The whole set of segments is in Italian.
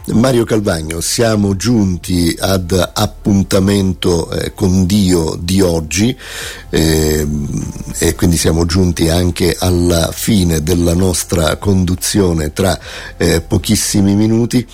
Mario Calvagno, siamo giunti ad appuntamento con Dio di oggi e quindi siamo giunti anche alla fine della nostra conduzione tra pochissimi minuti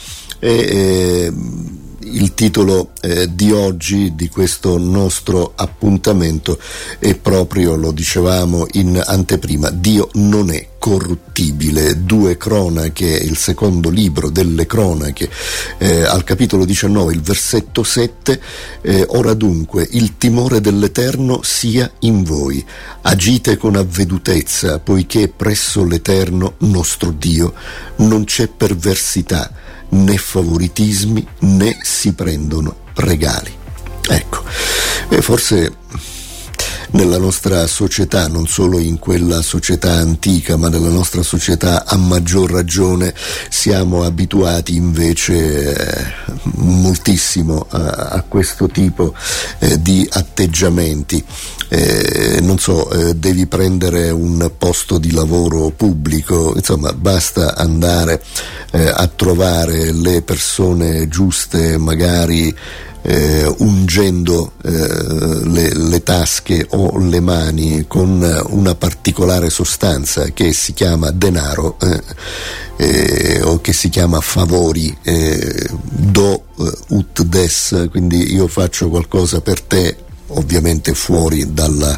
il titolo di oggi di questo nostro appuntamento è proprio, lo dicevamo in anteprima, Dio non è corruttibile. 2 Cronache, il secondo libro delle Cronache, al capitolo 19, il versetto 7, ora dunque il timore dell'Eterno sia in voi, agite con avvedutezza, poiché presso l'Eterno nostro Dio non c'è perversità, né favoritismi, né si prendono regali. Ecco, forse nella nostra società, non solo in quella società antica, ma nella nostra società a maggior ragione, siamo abituati invece moltissimo a questo tipo di atteggiamenti. Non so, devi prendere un posto di lavoro pubblico, insomma basta andare a trovare le persone giuste, magari ungendo le tasche o le mani con una particolare sostanza che si chiama denaro o che si chiama favori, do ut des, quindi io faccio qualcosa per te, ovviamente fuori dalla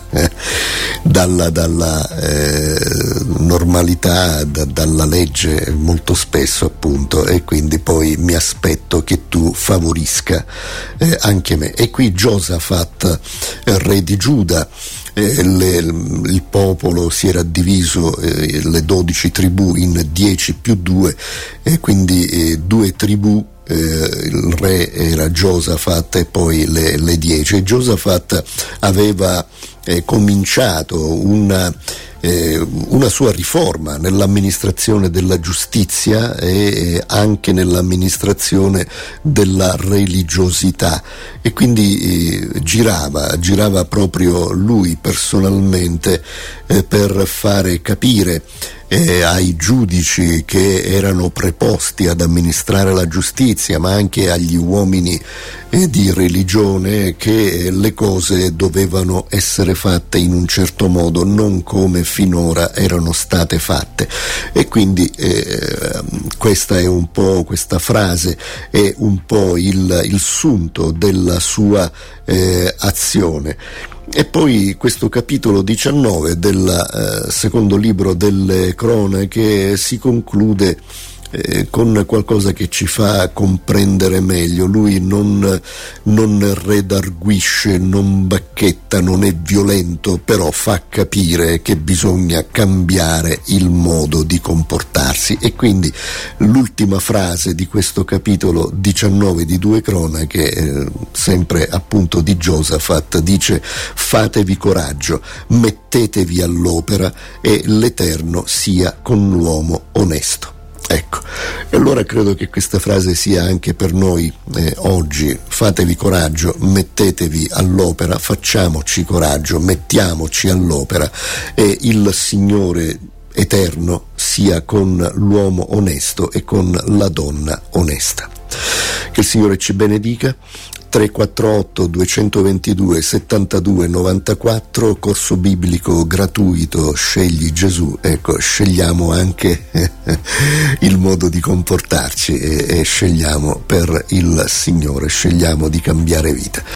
normalità, dalla legge molto spesso appunto, e quindi poi mi aspetto che tu favorisca anche me. E qui Giosafat, re di Giuda, il popolo si era diviso, le 12 tribù, in 10 più 2, e quindi 2 tribù. Il re era Giosafat e poi le 10. Giosafat aveva cominciato una sua riforma nell'amministrazione della giustizia e anche nell'amministrazione della religiosità, e quindi girava proprio lui personalmente per fare capire ai giudici che erano preposti ad amministrare la giustizia, ma anche agli uomini di religione, che le cose dovevano essere fatte in un certo modo, non come finora erano state fatte. E quindi questa frase è un po' il sunto della sua azione. E poi questo capitolo 19 del secondo libro delle Cronache si conclude con qualcosa che ci fa comprendere meglio. Lui non redarguisce, non bacchetta, non è violento, però fa capire che bisogna cambiare il modo di comportarsi. E quindi l'ultima frase di questo capitolo 19 di 2 Cronache, sempre appunto di Giosafat, dice: fatevi coraggio, mettetevi all'opera e l'Eterno sia con l'uomo onesto. Ecco, e allora credo che questa frase sia anche per noi oggi. Fatevi coraggio, mettetevi all'opera, facciamoci coraggio, mettiamoci all'opera, e il Signore eterno sia con l'uomo onesto e con la donna onesta. Che il Signore ci benedica. 348 222 72 94, corso biblico gratuito, scegli Gesù. Ecco, scegliamo anche il modo di comportarci e scegliamo per il Signore, scegliamo di cambiare vita.